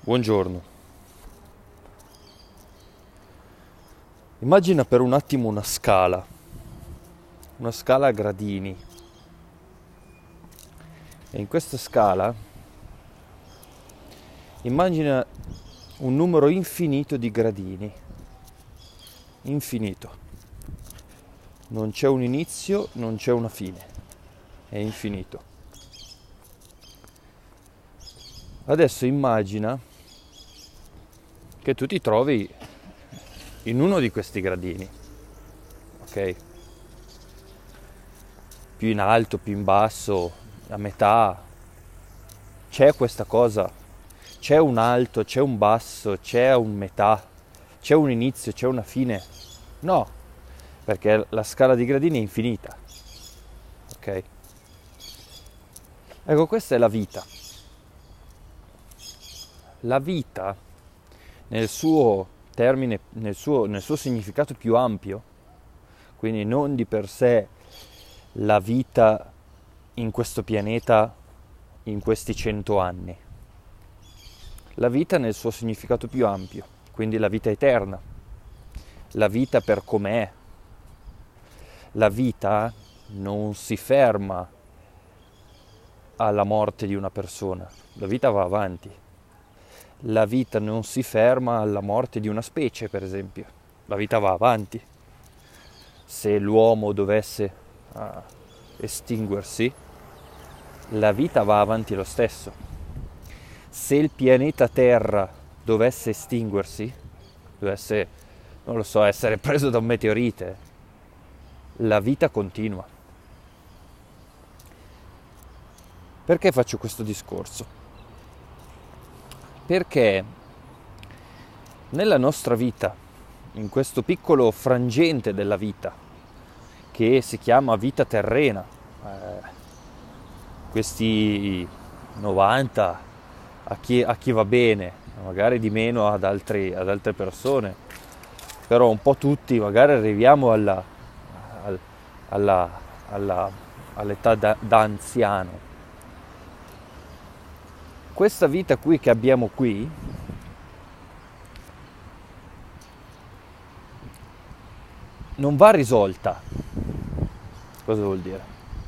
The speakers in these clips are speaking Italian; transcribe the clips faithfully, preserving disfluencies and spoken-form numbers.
Buongiorno. Immagina per un attimo una scala, una scala a gradini. E in questa scala immagina un numero infinito di gradini. Infinito. Non c'è un inizio, non c'è una fine. È infinito. Adesso immagina che tu ti trovi in uno di questi gradini, ok? Più in alto, più in basso, a metà. C'è questa cosa, c'è un alto, c'è un basso, c'è un metà, c'è un inizio, c'è una fine? No, perché la scala di gradini è infinita, ok? Ecco, questa è la vita. La vita, nel suo termine, nel suo, nel suo significato più ampio, quindi non di per sé la vita in questo pianeta in questi cento anni. La vita nel suo significato più ampio, quindi la vita eterna, la vita per com'è. La vita non si ferma alla morte di una persona, la vita va avanti. La vita non si ferma alla morte di una specie, per esempio. La vita va avanti. Se l'uomo dovesse uh, estinguersi, la vita va avanti lo stesso. Se il pianeta Terra dovesse estinguersi, dovesse, non lo so, essere preso da un meteorite, la vita continua. Perché faccio questo discorso? Perché nella nostra vita, in questo piccolo frangente della vita, che si chiama vita terrena, eh, questi novanta a chi, a chi va bene, magari di meno ad, altri, ad altre persone, però un po' tutti, magari arriviamo alla, alla, alla, all'età da, da anziano. Questa vita qui che abbiamo qui non va risolta. Cosa vuol dire?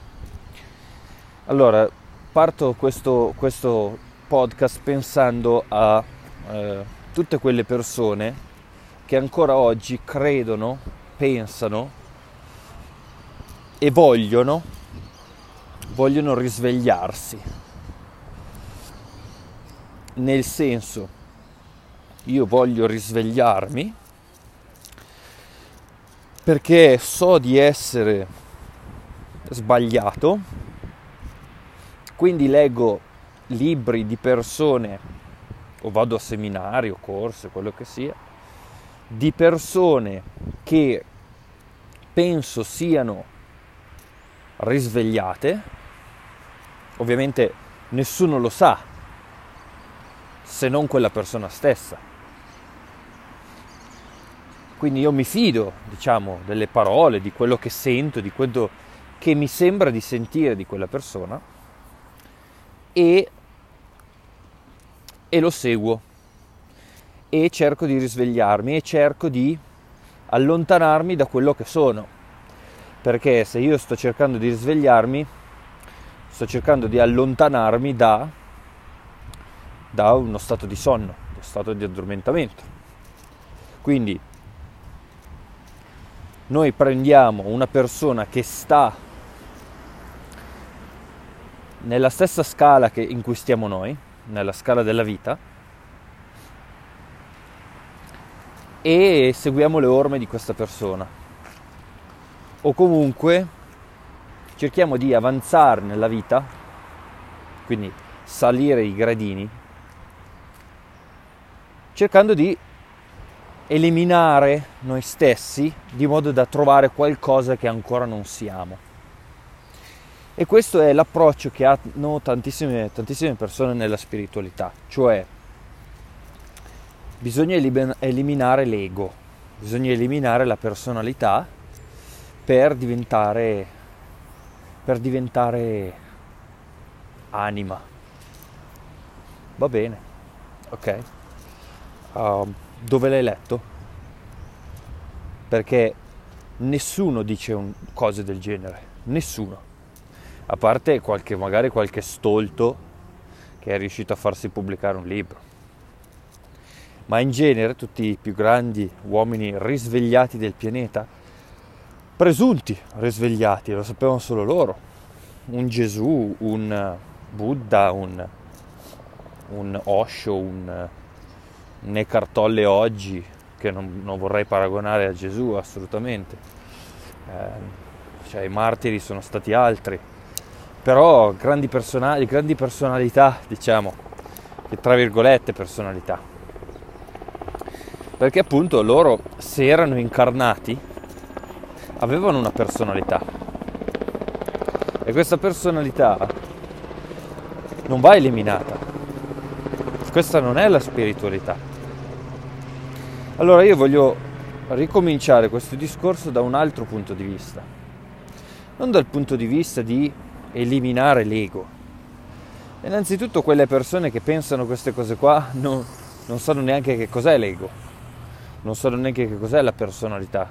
Allora, parto questo, questo podcast pensando a eh, tutte quelle persone che ancora oggi credono, pensano e vogliono, vogliono risvegliarsi. Nel senso, io voglio risvegliarmi perché so di essere sbagliato, quindi leggo libri di persone o vado a seminari o corsi, quello che sia, di persone che penso siano risvegliate. Ovviamente nessuno lo sa se non quella persona stessa. Quindi io mi fido, diciamo, delle parole, di quello che sento, di quello che mi sembra di sentire di quella persona e, e lo seguo e cerco di risvegliarmi e cerco di allontanarmi da quello che sono, perché se io sto cercando di risvegliarmi, sto cercando di allontanarmi da da uno stato di sonno, uno stato di addormentamento. Quindi noi prendiamo una persona che sta nella stessa scala che in cui stiamo noi, nella scala della vita, e seguiamo le orme di questa persona. O comunque cerchiamo di avanzare nella vita, quindi salire i gradini, cercando di eliminare noi stessi di modo da trovare qualcosa che ancora non siamo. E questo è l'approccio che hanno tantissime, tantissime persone nella spiritualità, cioè bisogna eliminare l'ego, bisogna eliminare la personalità per diventare, per diventare anima. Va bene. ok? Uh, dove l'hai letto? Perché nessuno dice un, cose del genere, nessuno, a parte qualche, magari qualche stolto che è riuscito a farsi pubblicare un libro, ma in genere tutti i più grandi uomini risvegliati del pianeta, presunti risvegliati, lo sapevano solo loro, un Gesù, un Buddha, un, un Osho, un, un Eckhart Tolle oggi, che non, non vorrei paragonare a Gesù assolutamente, eh, cioè i martiri sono stati altri, però grandi, personali, grandi personalità, diciamo, tra virgolette personalità, perché appunto loro, se erano incarnati, avevano una personalità, e questa personalità non va eliminata. Questa non è la spiritualità. Allora io voglio ricominciare questo discorso da un altro punto di vista, non dal punto di vista di eliminare l'ego. Innanzitutto quelle persone che pensano queste cose qua non, non sanno neanche che cos'è l'ego, non sanno neanche che cos'è la personalità,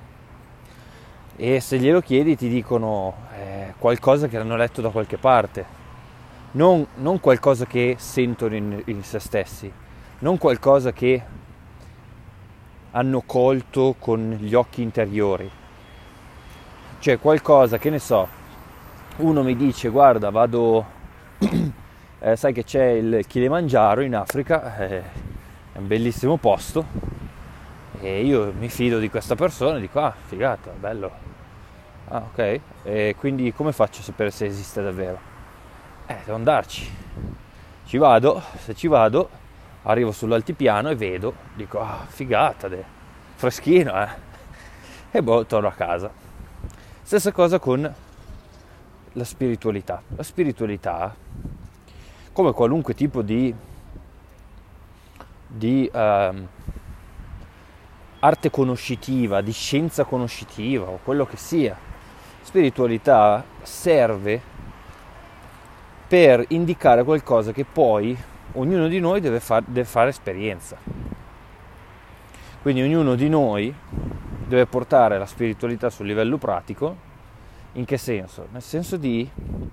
e se glielo chiedi ti dicono eh, qualcosa che hanno letto da qualche parte, non, non qualcosa che sentono in, in se stessi, non qualcosa che hanno colto con gli occhi interiori, cioè qualcosa, che ne so, uno mi dice guarda vado, eh, sai che c'è il Kilimangiaro in Africa, eh, è un bellissimo posto, e io mi fido di questa persona e dico ah figata, bello, ah ok, e quindi come faccio a sapere se esiste davvero? Eh, devo andarci, ci vado, se ci vado arrivo sull'altipiano e vedo, dico ah figata, de, freschino, eh, e boh, torno a casa. Stessa cosa con la spiritualità. La spiritualità, come qualunque tipo di di ehm, arte conoscitiva, di scienza conoscitiva o quello che sia, spiritualità serve per indicare qualcosa che poi ognuno di noi deve, far, deve fare esperienza. Quindi ognuno di noi deve portare la spiritualità sul livello pratico. In che senso? Nel senso di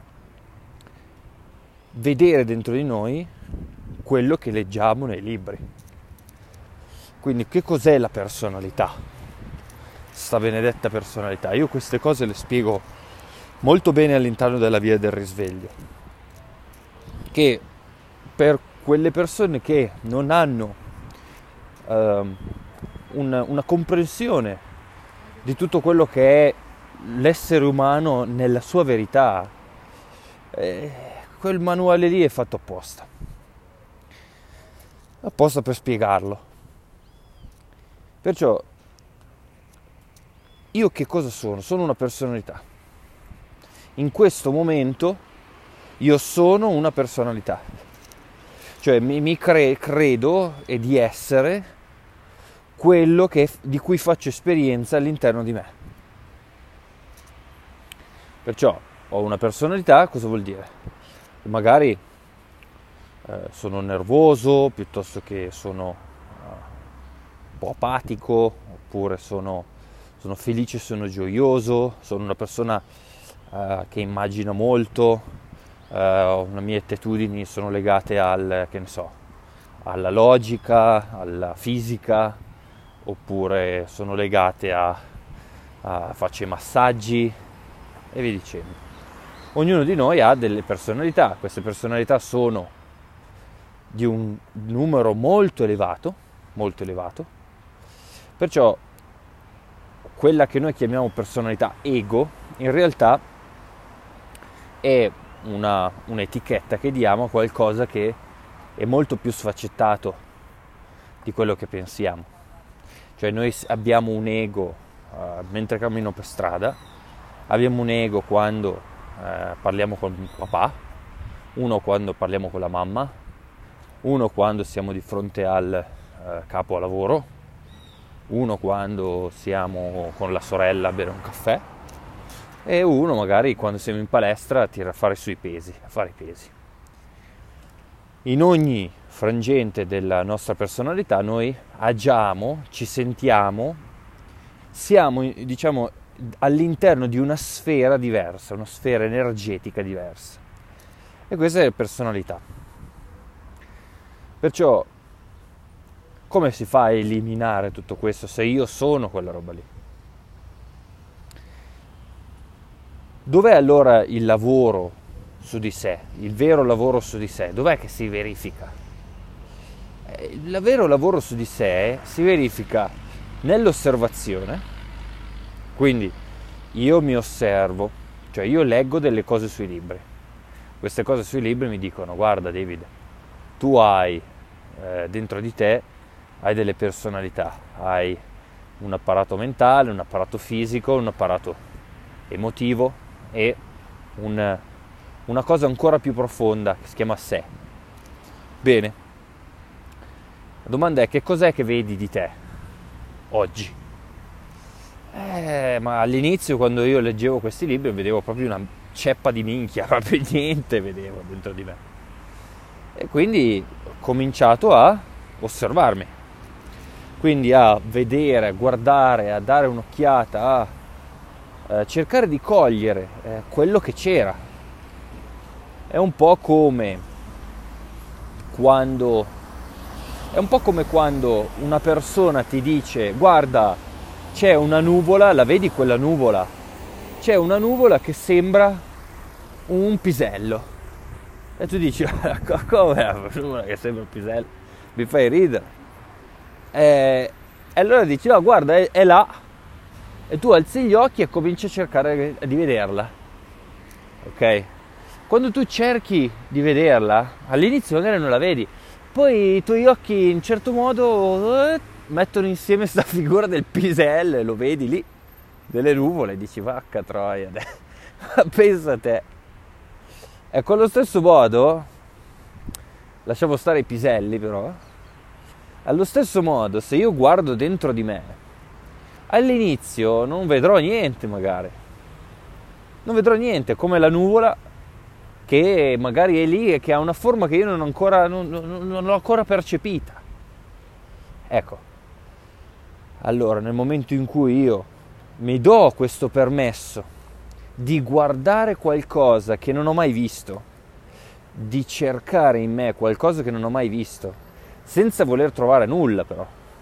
vedere dentro di noi quello che leggiamo nei libri. Quindi che cos'è la personalità? Sta benedetta personalità. Io queste cose le spiego molto bene all'interno della via del risveglio, che per quelle persone che non hanno uh, una, una comprensione di tutto quello che è l'essere umano nella sua verità, eh, quel manuale lì è fatto apposta apposta per spiegarlo. Perciò io che cosa sono? Sono una personalità. In questo momento io sono una personalità, cioè mi, mi cre- credo e di essere quello che, di cui faccio esperienza all'interno di me. Perciò ho una personalità, cosa vuol dire? Magari eh, sono nervoso, piuttosto che sono uh, un po' apatico, oppure sono, sono felice, sono gioioso, sono una persona uh, che immagina molto, uh, le mie attitudini sono legate al, che ne so, alla logica, alla fisica, oppure sono legate a, a faccio i massaggi e via dicendo. Ognuno di noi ha delle personalità, queste personalità sono di un numero molto elevato, molto elevato, perciò quella che noi chiamiamo personalità ego in realtà è una, un'etichetta che diamo a qualcosa che è molto più sfaccettato di quello che pensiamo. Cioè noi abbiamo un ego uh, mentre cammino per strada, abbiamo un ego quando eh, parliamo con papà, uno quando parliamo con la mamma, uno quando siamo di fronte al eh, capo a lavoro, uno quando siamo con la sorella a bere un caffè, e uno magari quando siamo in palestra a tirare a fare sui pesi, a fare i pesi. In ogni frangente della nostra personalità noi agiamo, ci sentiamo, siamo, diciamo, all'interno di una sfera diversa, una sfera energetica diversa. E questa è la personalità. Perciò, come si fa a eliminare tutto questo se io sono quella roba lì? Dov'è allora il lavoro su di sé, il vero lavoro su di sé? Dov'è che si verifica? Il vero lavoro su di sé si verifica nell'osservazione, quindi io mi osservo, cioè io leggo delle cose sui libri. Queste cose sui libri mi dicono: guarda David, tu hai eh, dentro di te, hai delle personalità, hai un apparato mentale, un apparato fisico, un apparato emotivo e un, una cosa ancora più profonda che si chiama sé. Bene, la domanda è: che cos'è che vedi di te oggi? Eh, ma all'inizio, quando io leggevo questi libri, vedevo proprio una ceppa di minchia, proprio niente vedevo dentro di me. E quindi ho cominciato a osservarmi, quindi a vedere, a guardare, a dare un'occhiata, a eh, cercare di cogliere eh, quello che c'era. È un po' come quando è un po' come quando una persona ti dice: guarda, c'è una nuvola, la vedi quella nuvola? C'è una nuvola che sembra un pisello. E tu dici: come una nuvola che sembra un pisello? Mi fai ridere. E, e allora dici: no, guarda, è, è là. E tu alzi gli occhi e cominci a cercare di vederla. Ok? Quando tu cerchi di vederla, all'inizio magari non la vedi, poi i tuoi occhi in un certo modo eh, mettono insieme sta figura del pisello e lo vedi lì, delle nuvole, e dici: vacca troia, pensa a te. E con lo stesso modo, lasciamo stare i piselli però, allo stesso modo, se io guardo dentro di me, all'inizio non vedrò niente magari, non vedrò niente, come la nuvola che magari è lì e che ha una forma che io non, ancora, non, non, non l'ho ancora percepita. Ecco, allora nel momento in cui io mi do questo permesso di guardare qualcosa che non ho mai visto, di cercare in me qualcosa che non ho mai visto, senza voler trovare nulla però.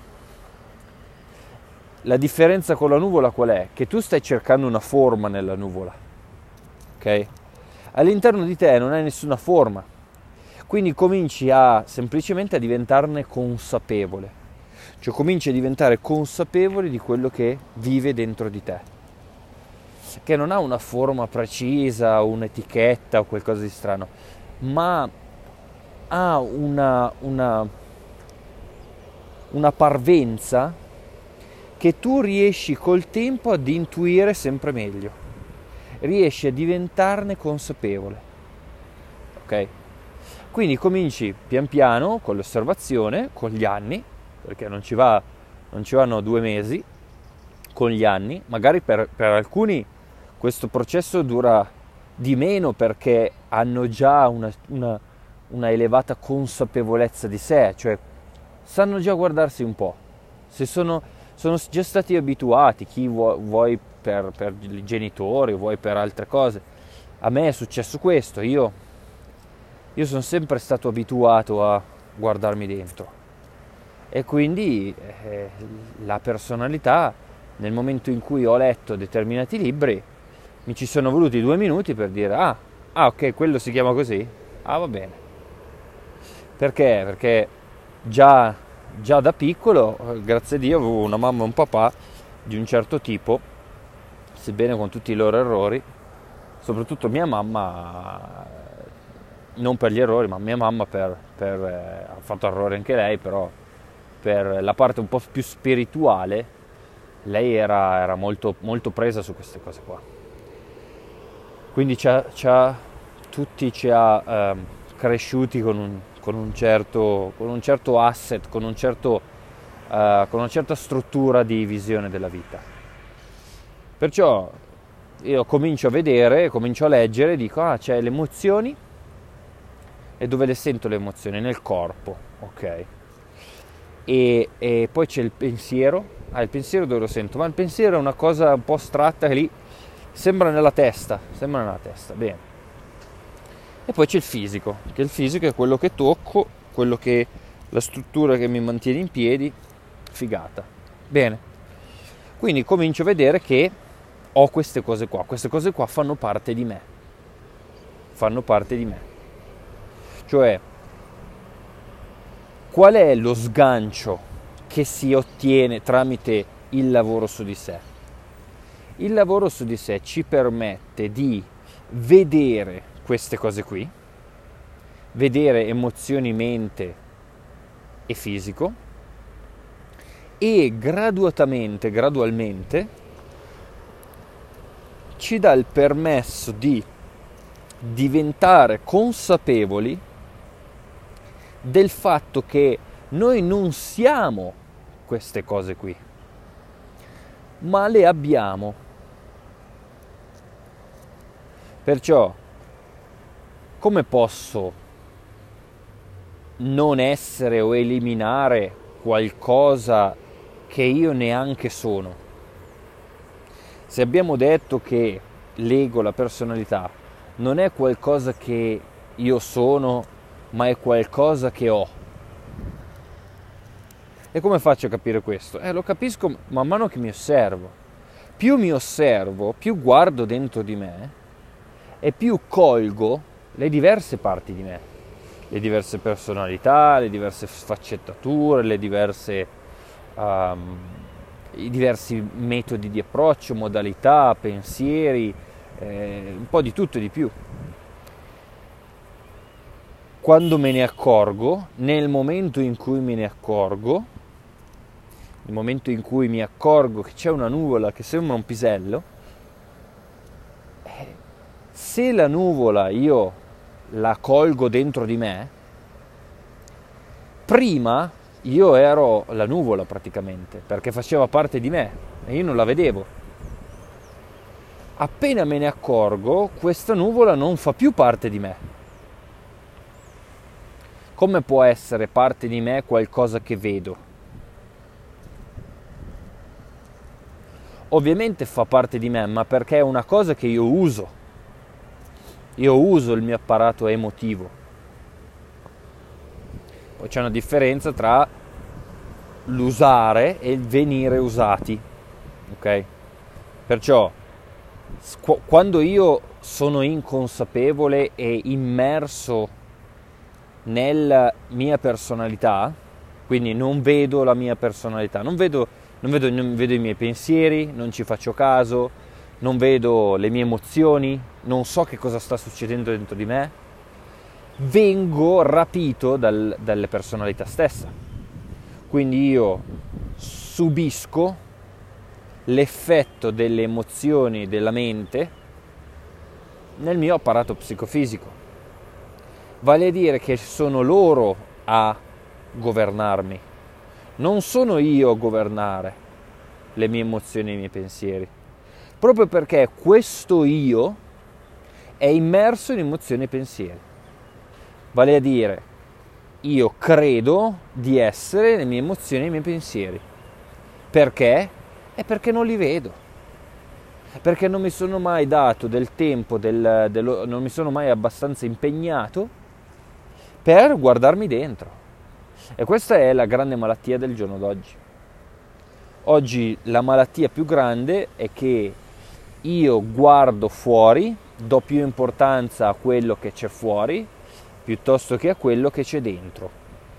La differenza con la nuvola qual è? Che tu stai cercando una forma nella nuvola, ok? All'interno di te non hai nessuna forma, quindi cominci a semplicemente a diventarne consapevole, cioè cominci a diventare consapevole di quello che vive dentro di te, che non ha una forma precisa, un'etichetta o qualcosa di strano, ma ha una, una, una parvenza che tu riesci col tempo ad intuire sempre meglio. Riesci a diventarne consapevole, ok? Quindi cominci pian piano con l'osservazione, con gli anni, perché non ci va, non ci vanno due mesi, con gli anni. Magari per, per alcuni questo processo dura di meno perché hanno già una, una, una elevata consapevolezza di sé, cioè sanno già guardarsi un po', se sono, sono già stati abituati, chi vuoi, vuoi Per, per i genitori, vuoi per altre cose. A me è successo questo, io, io sono sempre stato abituato a guardarmi dentro e quindi eh, la personalità, nel momento in cui ho letto determinati libri, mi ci sono voluti due minuti per dire ah, ah ok, quello si chiama così? Ah, va bene. Perché? Perché già, già da piccolo, grazie a Dio, avevo una mamma e un papà di un certo tipo, sebbene con tutti i loro errori, soprattutto mia mamma, non per gli errori, ma mia mamma per, per, eh, ha fatto errori anche lei, però per la parte un po' più spirituale, lei era, era molto, molto presa su queste cose qua. Quindi ci ha, ci ha, tutti ci ha eh, cresciuti con un, con, un certo, con un certo asset, con, un certo, eh, con una certa struttura di visione della vita. Perciò io comincio a vedere, comincio a leggere, dico ah, c'è le emozioni, E dove le sento le emozioni? Nel corpo, ok? E, e poi c'è il pensiero. Ah, il pensiero dove lo sento? Ma il pensiero è una cosa un po' astratta che lì sembra nella testa, sembra nella testa, bene. E poi c'è il fisico, che il fisico è quello che tocco, quello che la struttura che mi mantiene in piedi, figata. Bene. Quindi comincio a vedere che ho queste cose qua, queste cose qua fanno parte di me. Fanno parte di me. Cioè, qual è lo sgancio che si ottiene tramite il lavoro su di sé? Il lavoro su di sé ci permette di vedere queste cose qui, vedere emozioni, mente e fisico, e graduatamente, gradualmente ci dà il permesso di diventare consapevoli del fatto che noi non siamo queste cose qui, ma le abbiamo. Perciò, come posso non essere o eliminare qualcosa che io neanche sono? Se abbiamo detto che l'ego, la personalità, non è qualcosa che io sono, ma è qualcosa che ho. E come faccio a capire questo? Eh, lo capisco man mano che mi osservo. Più mi osservo, più guardo dentro di me e più colgo le diverse parti di me, le diverse personalità, le diverse sfaccettature, le diverse, um, i diversi metodi di approccio, modalità, pensieri, eh, un po' di tutto e di più. Quando me ne accorgo, nel momento in cui me ne accorgo, nel momento in cui mi accorgo che c'è una nuvola che sembra un pisello, eh, se la nuvola io la colgo dentro di me, prima io ero la nuvola praticamente, perché faceva parte di me e io non la vedevo. Appena me ne accorgo, questa nuvola non fa più parte di me. Come può essere parte di me qualcosa che vedo? Ovviamente fa parte di me, ma perché è una cosa che io uso. Io uso il mio apparato emotivo. Poi c'è una differenza tra l'usare e il venire usati. Ok? Perciò, quando io sono inconsapevole e immerso nella mia personalità, quindi non vedo la mia personalità, non vedo, non vedo, non vedo i miei pensieri, non ci faccio caso, non vedo le mie emozioni, non so che cosa sta succedendo dentro di me, vengo rapito dal, dalle personalità stessa. Quindi io subisco l'effetto delle emozioni della mente nel mio apparato psicofisico. Vale a dire che sono loro a governarmi, non sono io a governare le mie emozioni e i miei pensieri, proprio perché questo io è immerso in emozioni e pensieri. Vale a dire, io credo di essere le mie emozioni e i miei pensieri. Perché? È perché non li vedo. Perché non mi sono mai dato del tempo, del, del, non mi sono mai abbastanza impegnato per guardarmi dentro. E questa è la grande malattia del giorno d'oggi. Oggi la malattia più grande è che io guardo fuori, do più importanza a quello che c'è fuori piuttosto che a quello che c'è dentro.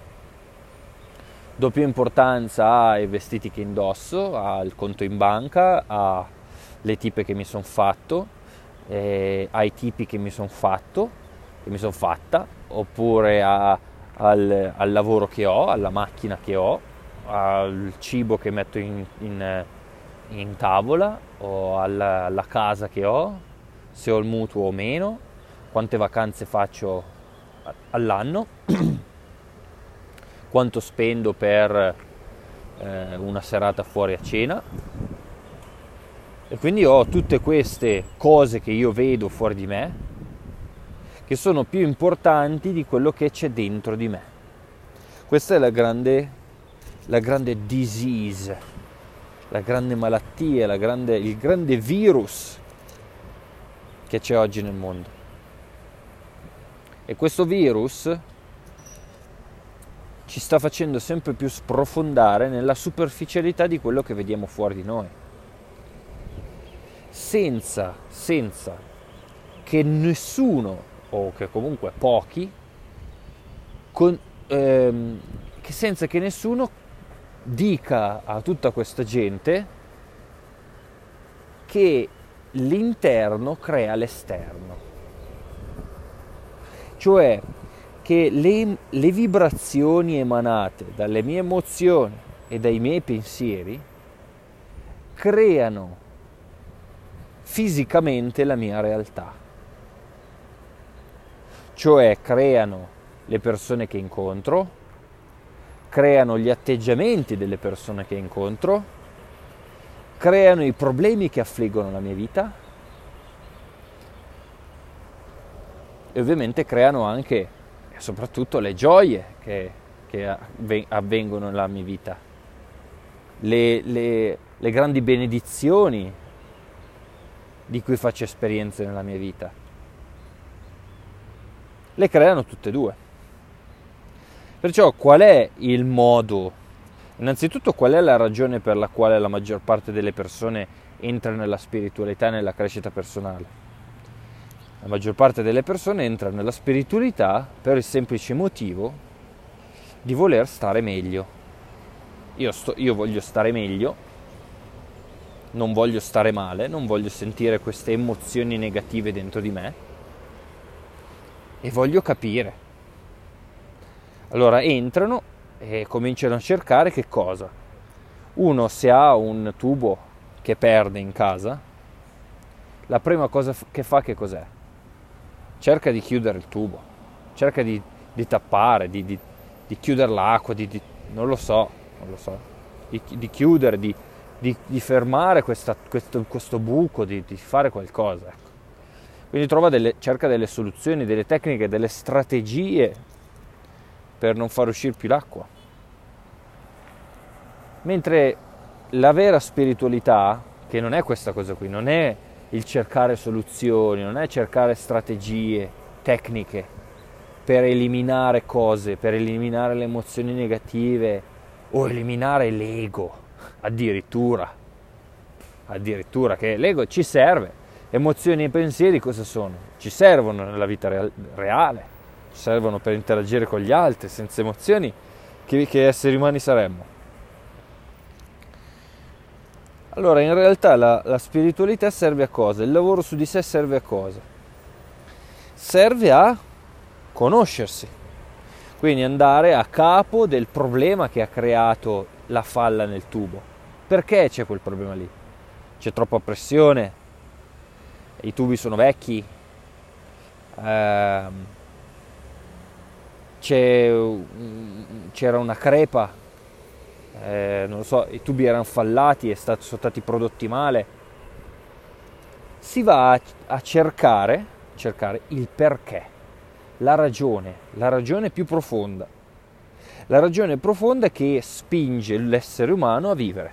Do più importanza ai vestiti che indosso, al conto in banca, alle tipe che mi sono fatto, eh, ai tipi che mi sono fatto, che mi sono fatta, oppure a, al, al lavoro che ho, alla macchina che ho, al cibo che metto in, in, in tavola, o alla, alla casa che ho, se ho il mutuo o meno, quante vacanze faccio all'anno, quanto spendo per eh, una serata fuori a cena. E quindi ho tutte queste cose che io vedo fuori di me, che sono più importanti di quello che c'è dentro di me. Questa è la grande, la grande disease, la grande malattia, la grande, il grande virus che c'è oggi nel mondo. E questo virus ci sta facendo sempre più sprofondare nella superficialità di quello che vediamo fuori di noi. Senza, senza che nessuno, o che comunque pochi, con, ehm, che senza che nessuno dica a tutta questa gente che l'interno crea l'esterno. Cioè che le, le vibrazioni emanate dalle mie emozioni e dai miei pensieri creano fisicamente la mia realtà. Cioè creano le persone che incontro, creano gli atteggiamenti delle persone che incontro, creano i problemi che affliggono la mia vita e ovviamente creano anche e soprattutto le gioie che, che avvengono nella mia vita, le, le, le grandi benedizioni di cui faccio esperienze nella mia vita. Le creano tutte e due. Perciò qual è il modo? Innanzitutto qual è la ragione per la quale la maggior parte delle persone entra nella spiritualità e nella crescita personale? La maggior parte delle persone entra nella spiritualità per il semplice motivo di voler stare meglio. Io, sto, io voglio stare meglio, non voglio stare male, non voglio sentire queste emozioni negative dentro di me e voglio capire. Allora entrano e cominciano a cercare che cosa? Uno, se ha un tubo che perde in casa, la prima cosa che fa che cos'è? Cerca di chiudere il tubo, cerca di, di tappare, di, di, di chiudere l'acqua, di, di, non lo so, non lo so, di, di chiudere, di, di, di fermare questa, questo, questo buco, di, di fare qualcosa. Ecco. Quindi trova delle, cerca delle soluzioni, delle tecniche, delle strategie per non far uscire più l'acqua. Mentre la vera spiritualità, che non è questa cosa qui, non è il cercare soluzioni, non è cercare strategie, tecniche per eliminare cose, per eliminare le emozioni negative o eliminare l'ego, addirittura, addirittura che l'ego ci serve. Emozioni e pensieri cosa sono? Ci servono nella vita real- reale, ci servono per interagire con gli altri. Senza emozioni che, che esseri umani saremmo? Allora in realtà la, la spiritualità serve a cosa? Il lavoro su di sé serve a cosa? Serve a conoscersi, quindi andare a capo del problema che ha creato la falla nel tubo. Perché c'è quel problema lì? C'è troppa pressione, i tubi sono vecchi, ehm, c'è, c'era una crepa, eh, non lo so, i tubi erano fallati e sono stati prodotti male. Si va a, a cercare, cercare il perché, la ragione, la ragione più profonda, la ragione profonda che spinge l'essere umano a vivere,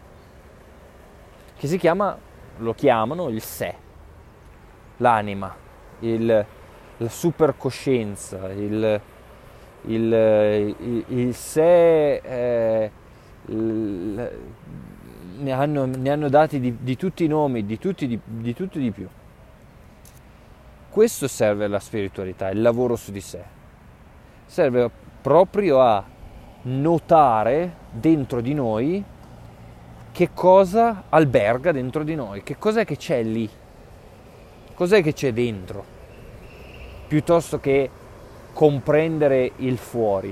che si chiama, lo chiamano il sé, l'anima, il, la supercoscienza, il, il, il, il sé, eh, il, ne, hanno, ne hanno dati di, di tutti i nomi, di tutti di, di tutti di più. Questo serve alla spiritualità, il lavoro su di sé. Serve proprio a notare dentro di noi che cosa alberga dentro di noi, che cos'è che c'è lì, cos'è che c'è dentro, piuttosto che comprendere il fuori.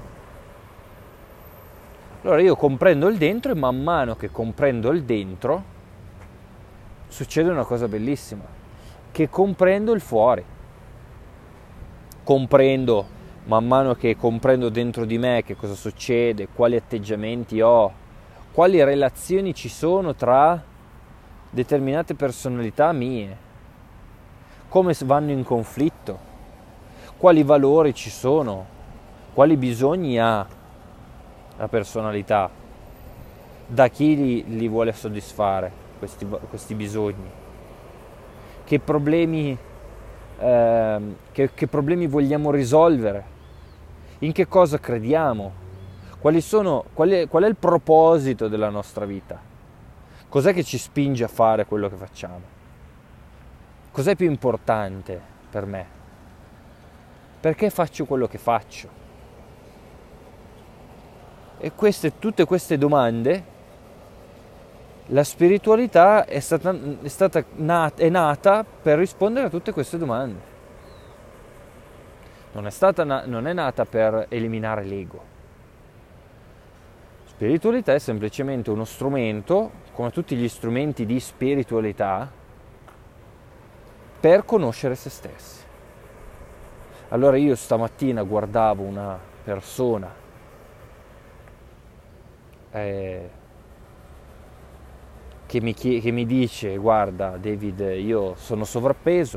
Allora io comprendo il dentro e man mano che comprendo il dentro succede una cosa bellissima, che comprendo il fuori. Comprendo, man mano che comprendo dentro di me che cosa succede, quali atteggiamenti ho, quali relazioni ci sono tra determinate personalità mie, come vanno in conflitto, quali valori ci sono, quali bisogni ha la personalità, da chi li, li vuole soddisfare questi, questi bisogni, che problemi, eh, che, che problemi vogliamo risolvere, in che cosa crediamo, quali sono, qual è, qual è il proposito della nostra vita, cos'è che ci spinge a fare quello che facciamo, cos'è più importante per me, perché faccio quello che faccio. E queste, tutte queste domande, la spiritualità è stata, è stata nata, è nata per rispondere a tutte queste domande. Non è, stata, non è nata per eliminare l'ego. Spiritualità è semplicemente uno strumento, come tutti gli strumenti di spiritualità, per conoscere se stessi. Allora io stamattina guardavo una persona eh, che, mi chie- che mi dice: guarda David, io sono sovrappeso,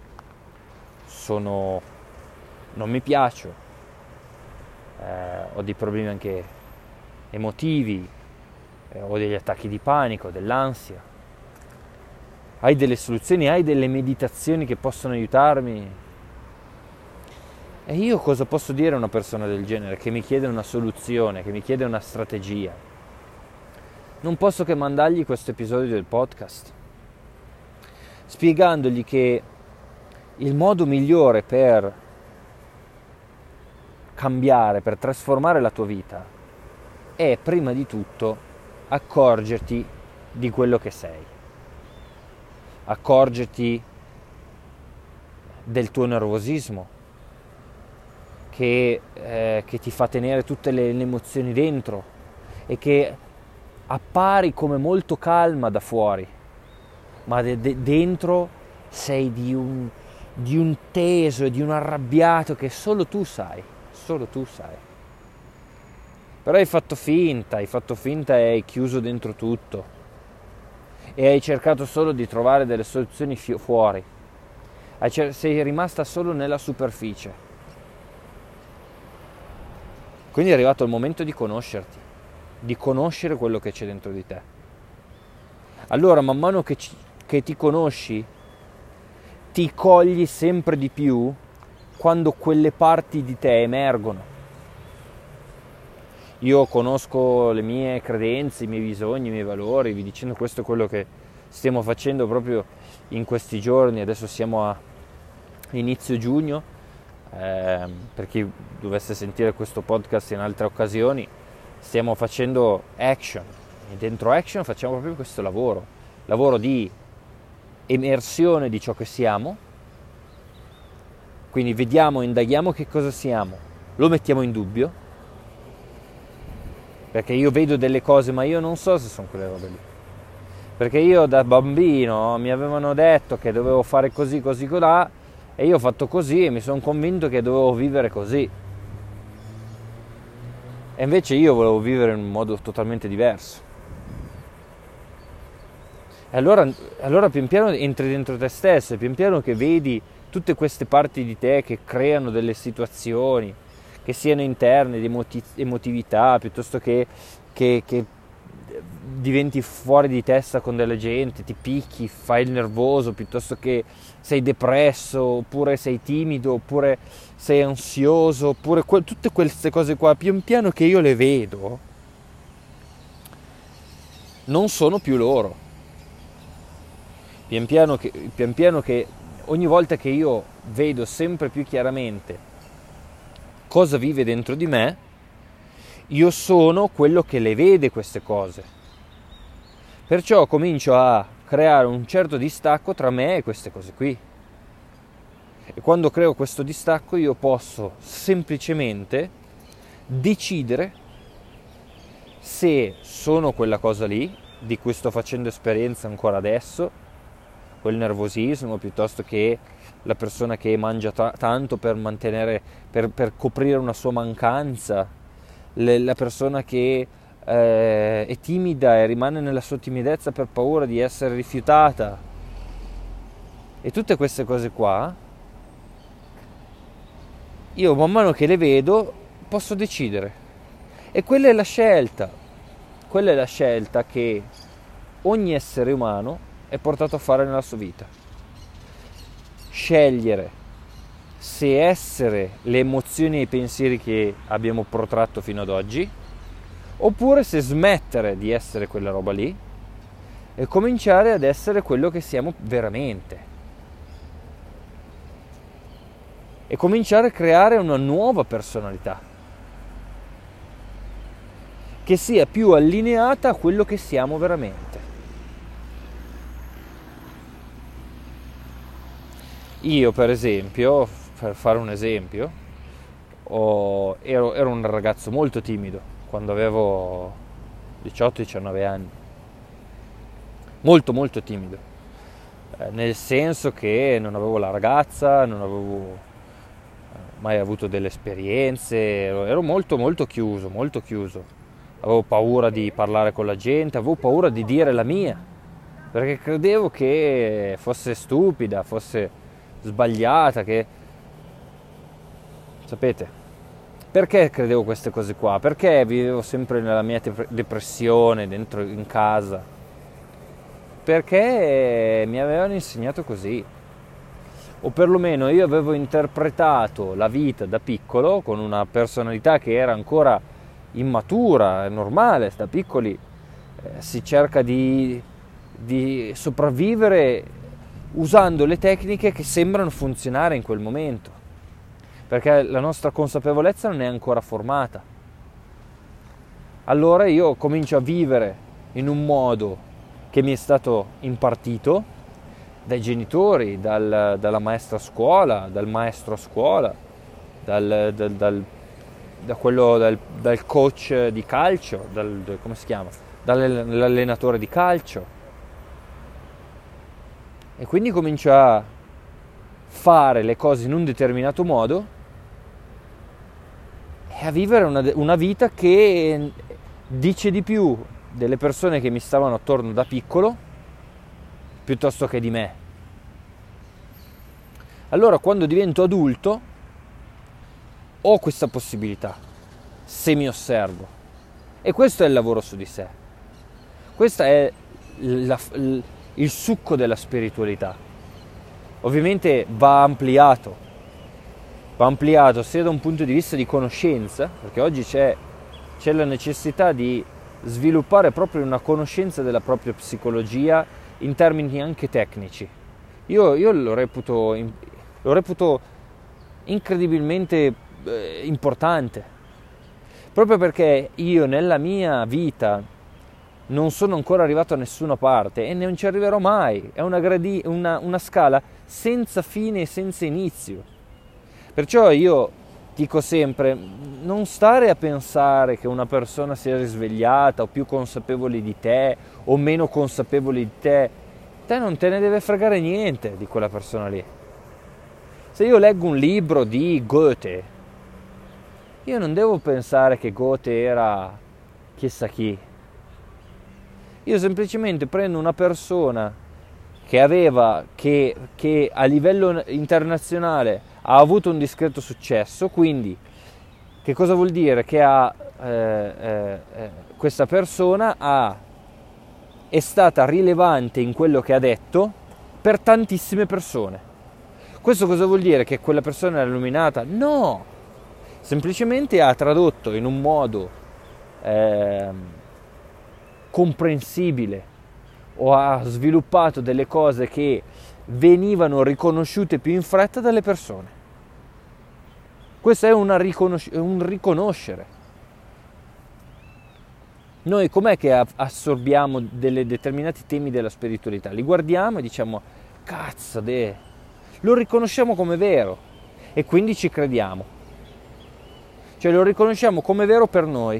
sono, non mi piaccio, eh, ho dei problemi anche emotivi, eh, ho degli attacchi di panico, dell'ansia. Hai delle soluzioni, hai delle meditazioni che possono aiutarmi? E io cosa posso dire a una persona del genere che mi chiede una soluzione, che mi chiede una strategia? Non posso che mandargli questo episodio del podcast, spiegandogli che il modo migliore per cambiare, per trasformare la tua vita, è prima di tutto accorgerti di quello che sei, accorgerti del tuo nervosismo, Che, eh, che ti fa tenere tutte le, le emozioni dentro e che appari come molto calma da fuori, ma de- de- dentro sei di un, di un teso e di un arrabbiato che solo tu sai, solo tu sai. Però hai fatto finta, hai fatto finta e hai chiuso dentro tutto e hai cercato solo di trovare delle soluzioni fi- fuori, hai cer- sei rimasta solo nella superficie. Quindi è arrivato il momento di conoscerti, di conoscere quello che c'è dentro di te. Allora, man mano che, ci, che ti conosci, ti cogli sempre di più quando quelle parti di te emergono. Io conosco le mie credenze, i miei bisogni, i miei valori, vi dicendo questo è quello che stiamo facendo proprio in questi giorni. Adesso siamo a inizio giugno. Eh, per chi dovesse sentire questo podcast in altre occasioni, stiamo facendo Action e dentro Action facciamo proprio questo lavoro lavoro di emersione di ciò che siamo. Quindi vediamo, indaghiamo che cosa siamo, lo mettiamo in dubbio, perché io vedo delle cose ma io non so se sono quelle robe lì, perché io da bambino mi avevano detto che dovevo fare così così colà e io ho fatto così e mi sono convinto che dovevo vivere così. E invece io volevo vivere in un modo totalmente diverso. E allora, allora pian piano entri dentro te stesso e pian piano che vedi tutte queste parti di te che creano delle situazioni, che siano interne, di emoti- emotività, piuttosto che, che, che diventi fuori di testa con della gente, ti picchi, fai il nervoso, piuttosto che sei depresso, oppure sei timido, oppure sei ansioso, oppure que- tutte queste cose qua, pian piano che io le vedo, non sono più loro. Pian piano che, pian piano che ogni volta che io vedo sempre più chiaramente cosa vive dentro di me, io sono quello che le vede queste cose. Perciò comincio a creare un certo distacco tra me e queste cose qui. E quando creo questo distacco io posso semplicemente decidere se sono quella cosa lì, di cui sto facendo esperienza ancora adesso, quel nervosismo, piuttosto che la persona che mangia t- tanto per mantenere, per, per coprire una sua mancanza, le, la persona che eh, è timida e rimane nella sua timidezza per paura di essere rifiutata. E tutte queste cose qua io man mano che le vedo posso decidere. E quella è la scelta, quella è la scelta che ogni essere umano è portato a fare nella sua vita. Scegliere se essere le emozioni e i pensieri che abbiamo protratto fino ad oggi, oppure se smettere di essere quella roba lì e cominciare ad essere quello che siamo veramente. E cominciare a creare una nuova personalità che sia più allineata a quello che siamo veramente. Io, per esempio, per fare un esempio, ho, ero, ero un ragazzo molto timido quando avevo diciotto diciannove anni, molto molto timido, eh, nel senso che non avevo la ragazza, non avevo mai avuto delle esperienze, ero, ero molto molto chiuso, molto chiuso, avevo paura di parlare con la gente, avevo paura di dire la mia, perché credevo che fosse stupida, fosse sbagliata, che sapete, perché credevo queste cose qua? Perché vivevo sempre nella mia depressione dentro in casa? Perché mi avevano insegnato così. O perlomeno io avevo interpretato la vita da piccolo con una personalità che era ancora immatura, è normale, da piccoli eh, si cerca di, di sopravvivere usando le tecniche che sembrano funzionare in quel momento, perché la nostra consapevolezza non è ancora formata. Allora io comincio a vivere in un modo che mi è stato impartito dai genitori, dal, dalla maestra a scuola, dal maestro a scuola, dal, dal, dal, da quello, dal, dal coach di calcio, dal, come si chiama? Dall'allenatore di calcio. E quindi comincio a fare le cose in un determinato modo e a vivere una, una vita che dice di più delle persone che mi stavano attorno da piccolo piuttosto che di me. Allora, quando divento adulto, ho questa possibilità, se mi osservo. E questo è il lavoro su di sé. Questo è la, il succo della spiritualità. Ovviamente va ampliato, va ampliato sia da un punto di vista di conoscenza, perché oggi c'è, c'è la necessità di sviluppare proprio una conoscenza della propria psicologia in termini anche tecnici. Io, io lo reputo, lo reputo incredibilmente eh, importante, proprio perché io nella mia vita non sono ancora arrivato a nessuna parte e non ci arriverò mai. È una, gradi- una, una scala senza fine e senza inizio. Perciò io dico sempre, non stare a pensare che una persona sia risvegliata o più consapevole di te o meno consapevole di te. Te non te ne deve fregare niente di quella persona lì. Se io leggo un libro di Goethe, io non devo pensare che Goethe era chissà chi. Io semplicemente prendo una persona che aveva, che, che a livello internazionale ha avuto un discreto successo, quindi che cosa vuol dire? Che ha, eh, eh, questa persona ha, è stata rilevante in quello che ha detto per tantissime persone. Questo cosa vuol dire? Che quella persona era illuminata? No! Semplicemente ha tradotto in un modo eh, comprensibile o ha sviluppato delle cose che venivano riconosciute più in fretta dalle persone. Questo è una riconos- un riconoscere. Noi com'è che assorbiamo delle determinati temi della spiritualità? Li guardiamo e diciamo, cazzo, de, lo riconosciamo come vero e quindi ci crediamo. Cioè lo riconosciamo come vero per noi.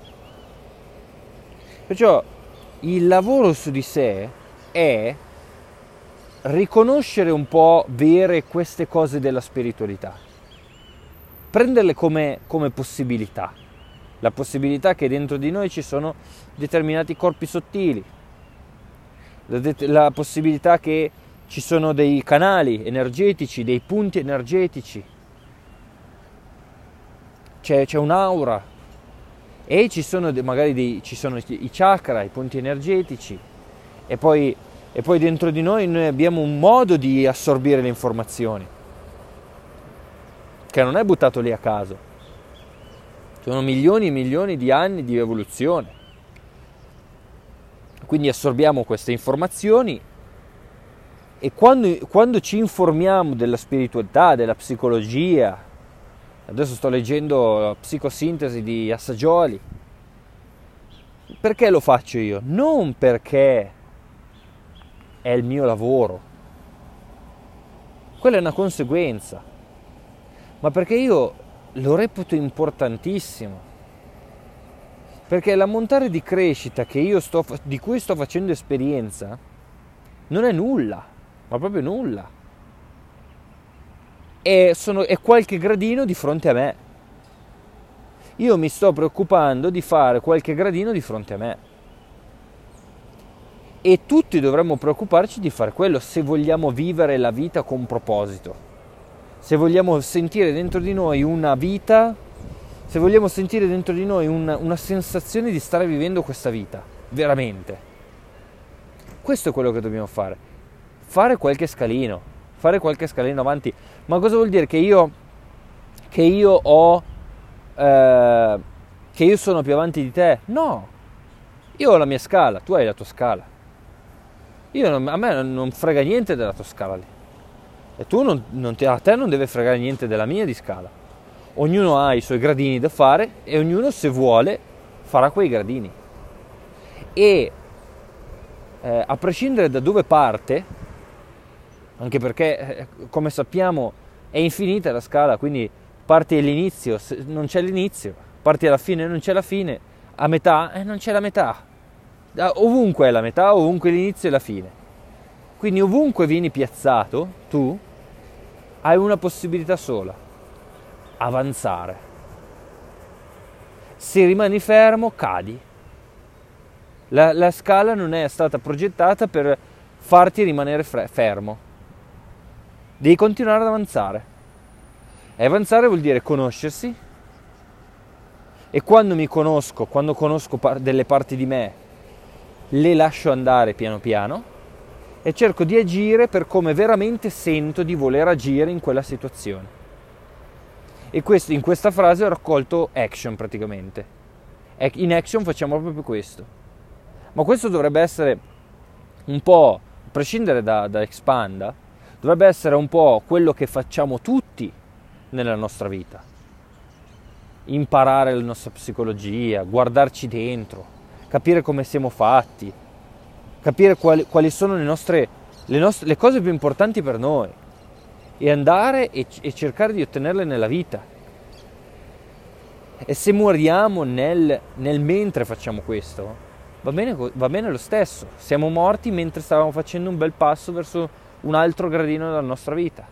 Perciò il lavoro su di sé è riconoscere un po' vere queste cose della spiritualità, prenderle come, come possibilità, la possibilità che dentro di noi ci sono determinati corpi sottili, la, det- la possibilità che ci sono dei canali energetici, dei punti energetici, c'è, c'è un'aura e ci sono magari dei, ci sono i chakra, i punti energetici e poi, e poi dentro di noi noi abbiamo un modo di assorbire le informazioni che non è buttato lì a caso, sono milioni e milioni di anni di evoluzione, quindi assorbiamo queste informazioni e quando, quando ci informiamo della spiritualità, della psicologia, adesso sto leggendo la psicosintesi di Assagioli, perché lo faccio io? Non perché è il mio lavoro, quella è una conseguenza, ma perché io lo reputo importantissimo, perché l'ammontare di crescita che io sto, di cui sto facendo esperienza non è nulla, ma proprio nulla. E sono, è qualche gradino di fronte a me. Io mi sto preoccupando di fare qualche gradino di fronte a me. E tutti dovremmo preoccuparci di fare quello se vogliamo vivere la vita con proposito. Se vogliamo sentire dentro di noi una vita, se vogliamo sentire dentro di noi una, una sensazione di stare vivendo questa vita, veramente. Questo è quello che dobbiamo fare. Fare qualche scalino, fare qualche scalino avanti. Ma cosa vuol dire? Che io, che io ho, eh, che io sono più avanti di te? No, io ho la mia scala, tu hai la tua scala. Io non, a me non frega niente della tua scala lì. E tu non, non ti, a te non deve fregare niente della mia di scala. Ognuno ha i suoi gradini da fare e ognuno, se vuole, farà quei gradini. E eh, a prescindere da dove parte, anche perché, eh, come sappiamo, è infinita la scala, quindi parti all'inizio, non c'è l'inizio, parti alla fine, non c'è la fine, a metà, eh, non c'è la metà. Ovunque è la metà, ovunque l'inizio e la fine. Quindi ovunque vieni piazzato, tu hai una possibilità sola: avanzare. Se rimani fermo, cadi. La, la scala non è stata progettata per farti rimanere fre- fermo. Devi continuare ad avanzare. E avanzare vuol dire conoscersi. E quando mi conosco, quando conosco par- delle parti di me, le lascio andare piano piano e cerco di agire per come veramente sento di voler agire in quella situazione. E questo, in questa frase ho raccolto action praticamente. In action facciamo proprio questo. Ma questo dovrebbe essere un po', a prescindere da, da Expanda, dovrebbe essere un po' quello che facciamo tutti nella nostra vita. Imparare la nostra psicologia, guardarci dentro, capire come siamo fatti, capire quali, quali sono le nostre, le nostre le cose più importanti per noi e andare e, e cercare di ottenerle nella vita. E se moriamo nel, nel mentre facciamo questo, va bene, va bene lo stesso. Siamo morti mentre stavamo facendo un bel passo verso un altro gradino della nostra vita.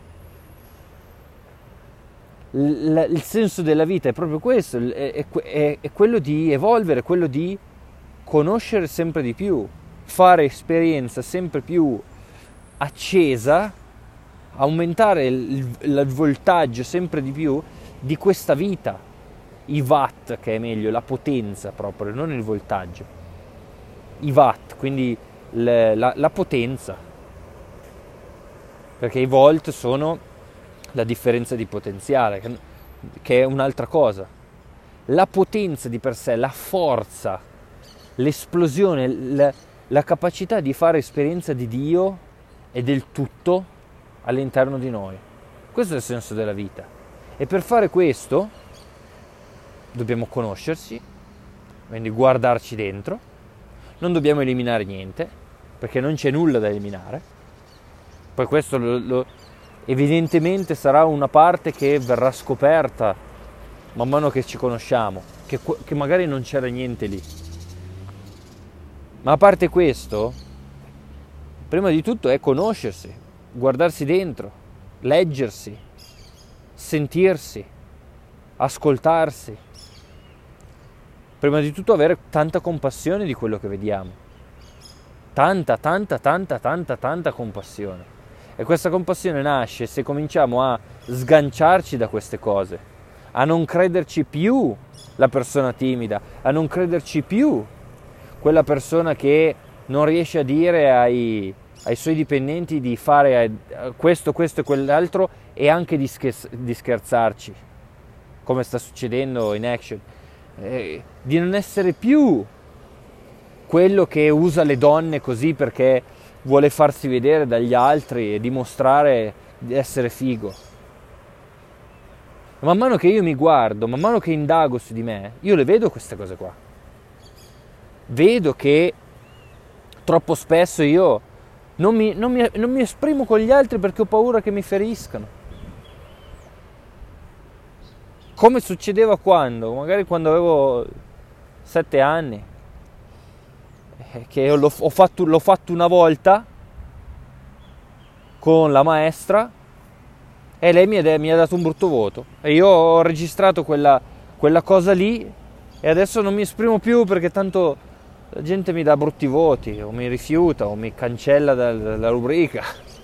Il, il senso della vita è proprio questo, è, è, è quello di evolvere, quello di conoscere sempre di più, fare esperienza sempre più accesa, aumentare il, il voltaggio sempre di più di questa vita, i watt, che è meglio, la potenza proprio, non il voltaggio, i watt, quindi le, la, la potenza, perché i volt sono la differenza di potenziale, che, che è un'altra cosa. La potenza di per sé, la forza, l'esplosione, la, la capacità di fare esperienza di Dio e del tutto all'interno di noi. Questo è il senso della vita. E per fare questo dobbiamo conoscerci, quindi guardarci dentro, non dobbiamo eliminare niente, perché non c'è nulla da eliminare. Poi questo lo, lo, evidentemente sarà una parte che verrà scoperta man mano che ci conosciamo, che, che magari non c'era niente lì. Ma a parte questo, prima di tutto è conoscersi, guardarsi dentro, leggersi, sentirsi, ascoltarsi. Prima di tutto avere tanta compassione di quello che vediamo. Tanta, tanta, tanta, tanta, tanta compassione. E questa compassione nasce se cominciamo a sganciarci da queste cose, a non crederci più la persona timida, a non crederci più quella persona che non riesce a dire ai, ai suoi dipendenti di fare questo, questo e quell'altro e anche di, scherz- di scherzarci, come sta succedendo in Action, eh, di non essere più quello che usa le donne così perché vuole farsi vedere dagli altri e dimostrare di essere figo. Man mano che io mi guardo, man mano che indago su di me, io le vedo queste cose qua. Vedo che troppo spesso io non mi, non mi, non mi esprimo con gli altri perché ho paura che mi feriscano. Come succedeva quando? Magari quando avevo sette anni, che l'ho, ho fatto, l'ho fatto una volta con la maestra e lei mi ha, mi ha dato un brutto voto e io ho registrato quella, quella cosa lì e adesso non mi esprimo più perché tanto la gente mi dà brutti voti o mi rifiuta o mi cancella dalla rubrica.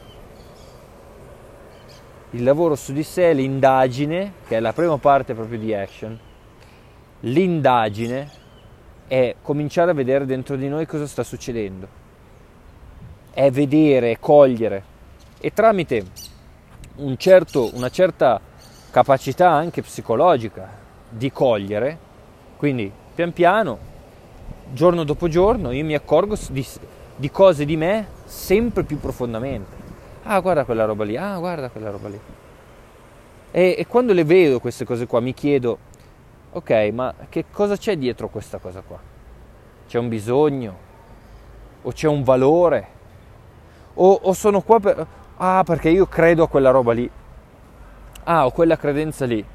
Il lavoro su di sé, l'indagine, che è la prima parte proprio di Action, l'indagine è cominciare a vedere dentro di noi cosa sta succedendo, è vedere, è cogliere e tramite un certo, una certa capacità anche psicologica di cogliere, quindi pian piano, giorno dopo giorno, io mi accorgo di, di cose di me sempre più profondamente. Ah, guarda quella roba lì, ah, guarda quella roba lì. E, e quando le vedo queste cose qua mi chiedo, ok, ma che cosa c'è dietro questa cosa qua? C'è un bisogno? O c'è un valore? O, o sono qua per... Ah, perché io credo a quella roba lì. Ah, ho quella credenza lì.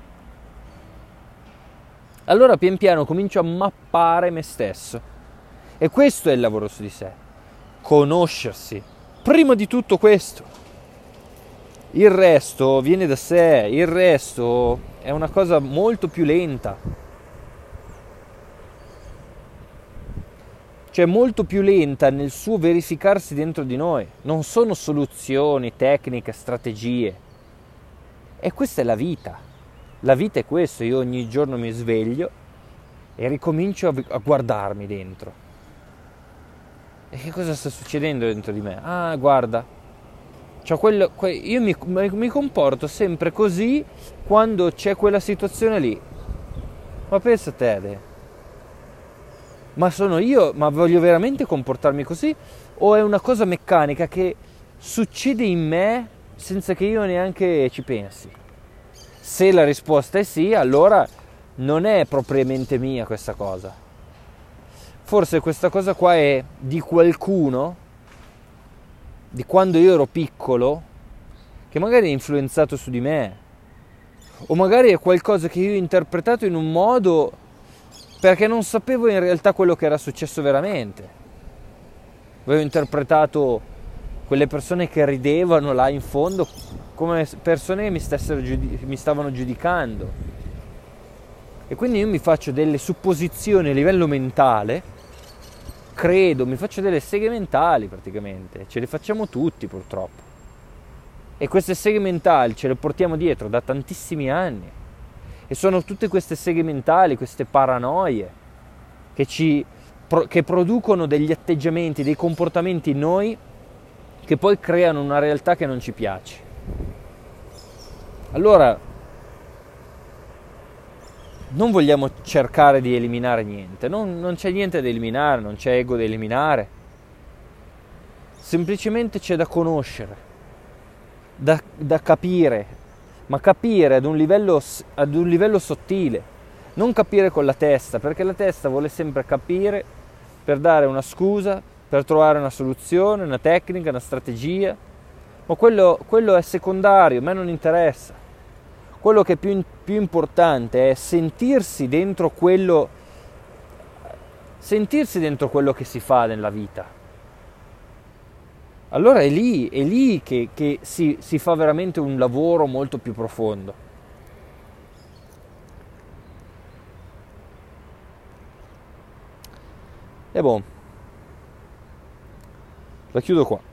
Allora pian piano comincio a mappare me stesso. E questo è il lavoro su di sé. Conoscersi. Prima di tutto questo. Il resto viene da sé, il resto è una cosa molto più lenta. Cioè molto più lenta nel suo verificarsi dentro di noi. Non sono soluzioni, tecniche, strategie. E questa è la vita. La vita è questo, io ogni giorno mi sveglio e ricomincio a, a guardarmi dentro. E che cosa sta succedendo dentro di me? Ah, guarda, cioè quello, que, io mi, mi comporto sempre così quando c'è quella situazione lì. Ma pensa te, Ade, ma sono io, ma voglio veramente comportarmi così? O è una cosa meccanica che succede in me senza che io neanche ci pensi? Se la risposta è sì, allora non è propriamente mia questa cosa. Forse questa cosa qua è di qualcuno, di quando io ero piccolo, che magari è influenzato su di me. O magari è qualcosa che io ho interpretato in un modo perché non sapevo in realtà quello che era successo veramente. Avevo interpretato quelle persone che ridevano là in fondo come persone che mi, stessero giudi- mi stavano giudicando. E quindi io mi faccio delle supposizioni a livello mentale, credo, mi faccio delle seghe mentali praticamente, ce le facciamo tutti purtroppo. E queste seghe mentali ce le portiamo dietro da tantissimi anni. E sono tutte queste seghe mentali, queste paranoie, che, ci, che producono degli atteggiamenti, dei comportamenti in noi, che poi creano una realtà che non ci piace. Allora, non vogliamo cercare di eliminare niente, non, non c'è niente da eliminare, non c'è ego da eliminare, semplicemente c'è da conoscere, da, da capire, ma capire ad un livello, ad un livello sottile, non capire con la testa, perché la testa vuole sempre capire per dare una scusa, per trovare una soluzione, una tecnica, una strategia, ma quello, quello è secondario, a me non interessa. Quello che è più, più importante è sentirsi dentro quello, sentirsi dentro quello che si fa nella vita. Allora è lì, è lì che, che si, si fa veramente un lavoro molto più profondo. E boh, la chiudo qua.